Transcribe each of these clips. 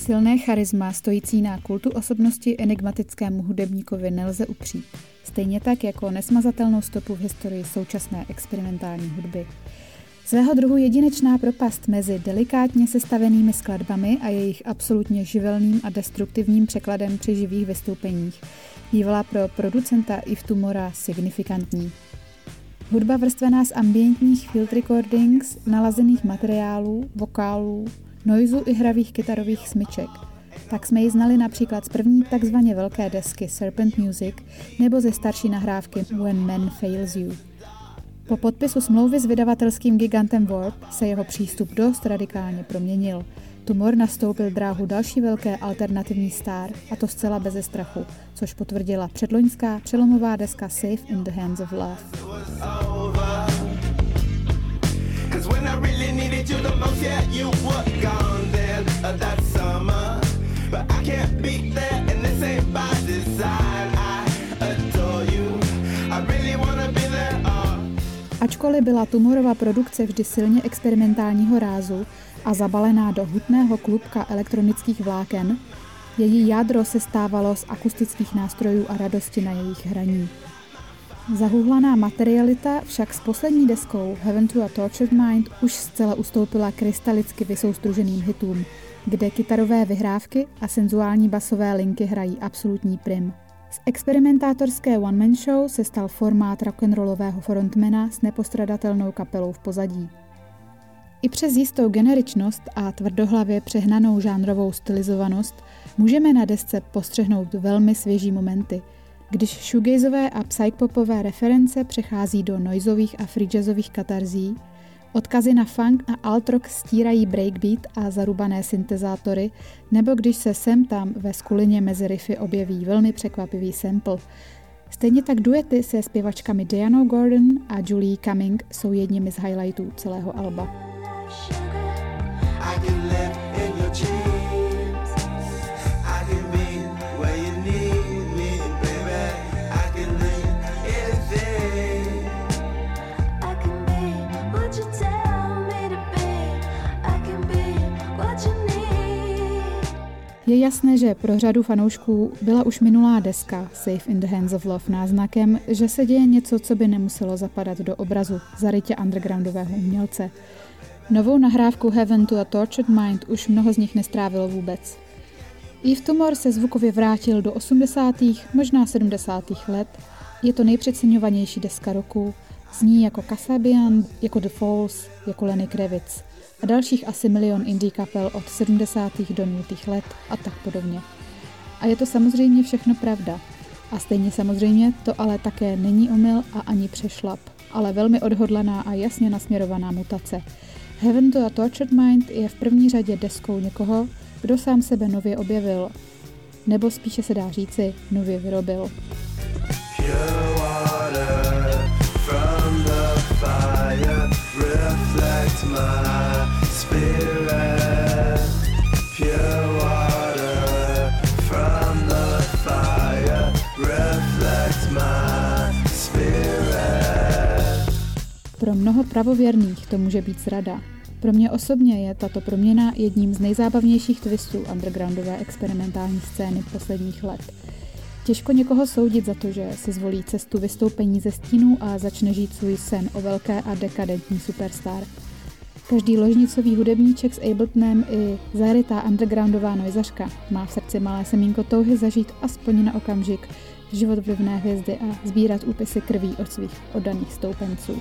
Silné charisma stojící na kultu osobnosti enigmatickému hudebníkovi nelze upřít, stejně tak jako nesmazatelnou stopu v historii současné experimentální hudby. Svého druhu jedinečná propast mezi delikátně sestavenými skladbami a jejich absolutně živelným a destruktivním překladem při živých vystoupeních bývala pro producenta Yves Tumora signifikantní. Hudba vrstvená z ambientních field recordings, nalazených materiálů, vokálů, noizu i hravých kytarových smyček. Tak jsme ji znali například z první takzvaně velké desky Serpent Music nebo ze starší nahrávky When Man Fails You. Po podpisu smlouvy s vydavatelským gigantem Warp se jeho přístup dost radikálně proměnil. Tumor nastoupil dráhu další velké alternativní star, a to zcela beze strachu, což potvrdila předloňská přelomová deska Safe in the Hands of Love. Ačkoliv byla Tumorova produkce vždy silně experimentálního rázu a zabalená do hutného klubka elektronických vláken, její jádro se stávalo z akustických nástrojů a radosti na jejich hraní. Zahuhlaná materialita však s poslední deskou Heaven to a Tortured Mind už zcela ustoupila krystalicky vysoustruženým hitům, kde kytarové vyhrávky a senzuální basové linky hrají absolutní prim. Z experimentátorské one-man show se stal formát rock'n'rollového frontmana s nepostradatelnou kapelou v pozadí. I přes jistou generičnost a tvrdohlavě přehnanou žánrovou stylizovanost můžeme na desce postřehnout velmi svěží momenty, když shoegazové a psychpopové reference přechází do noizových a freejazzových katarzí, odkazy na funk a alt-rock stírají breakbeat a zarubané syntezátory, nebo když se sem tam ve skulině mezi riffy objeví velmi překvapivý sample. Stejně tak duety se zpěvačkami Dianou Gordon a Julie Cumming jsou jedními z highlightů celého alba. Je jasné, že pro řadu fanoušků byla už minulá deska Safe in the Hands of Love náznakem, že se děje něco, co by nemuselo zapadat do obrazu zarytě undergroundového umělce. Novou nahrávku Heaven to a Tortured Mind už mnoho z nich nestrávilo vůbec. Yves Tumor se zvukově vrátil do 80. možná 70. let. Je to nejpřeceňovanější deska roku. Zní jako Kasabian, jako The Falls, jako Lenny Kravitz a dalších asi milion indie kapel od 70. do 0. let a tak podobně. A je to samozřejmě všechno pravda. A stejně samozřejmě to ale také není omyl a ani přešlap, ale velmi odhodlaná a jasně nasměrovaná mutace. Heaven to a Tortured Mind je v první řadě deskou někoho, kdo sám sebe nově objevil, nebo spíše se dá říci nově vyrobil. Pro mnoho pravověrných to může být zrada. Pro mě osobně je tato proměna jedním z nejzábavnějších twistů undergroundové experimentální scény posledních let. Těžko někoho soudit za to, že si zvolí cestu vystoupení ze stínů a začne žít svůj sen o velké a dekadentní superstar. Každý ložnicový hudebníček s Abletonem i zarytá undergroundová noizařka má v srdci malé semínko touhy zažít aspoň na okamžik život vlivné hvězdy a sbírat úpisy krví od svých oddaných stoupenců.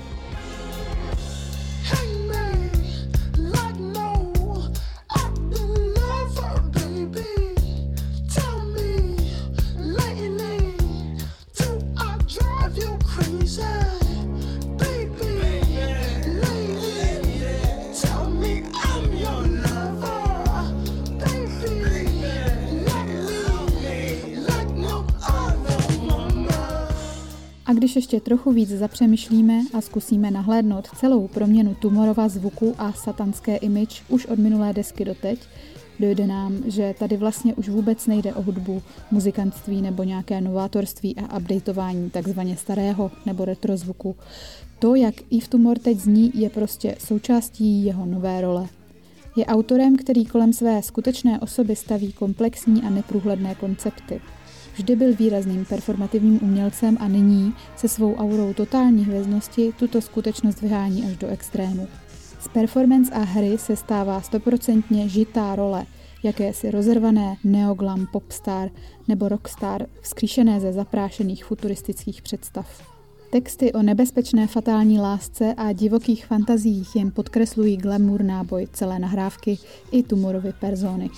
A když ještě trochu víc zapřemýšlíme a zkusíme nahlédnout celou proměnu Tumorova zvuku a satanské image už od minulé desky doteď, dojde nám, že tady vlastně už vůbec nejde o hudbu, muzikantství nebo nějaké novátorství a updateování takzvaně starého nebo retro zvuku. To, jak Yves Tumor teď zní, je prostě součástí jeho nové role. Je autorem, který kolem své skutečné osoby staví komplexní a neprůhledné koncepty. Vždy byl výrazným performativním umělcem a nyní se svou aurou totální hvězdnosti tuto skutečnost vyhání až do extrému. Z performance a hry se stává 100% žitá role, jakési rozervané neoglam popstar nebo rockstar vzkříšené ze zaprášených futuristických představ. Texty o nebezpečné fatální lásce a divokých fantaziích jen podkreslují glamour náboj celé nahrávky i Tumorovy persony.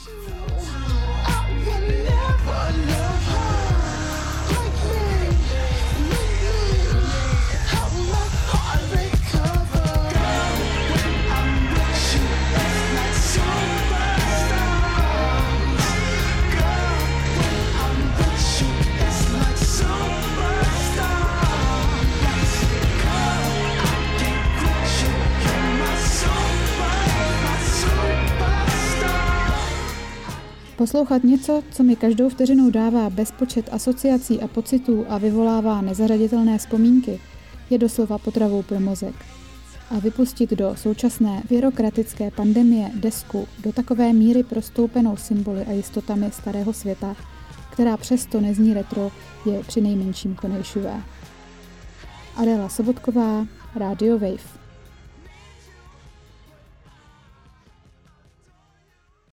Poslouchat něco, co mi každou vteřinou dává bezpočet asociací a pocitů a vyvolává nezařaditelné vzpomínky, je doslova potravou pro mozek. A vypustit do současné byrokratické pandemie desku do takové míry prostoupenou symboly a jistotami starého světa, která přesto nezní retro, je přinejmenším konejšivé. Adéla Sobotková, Radio Wave.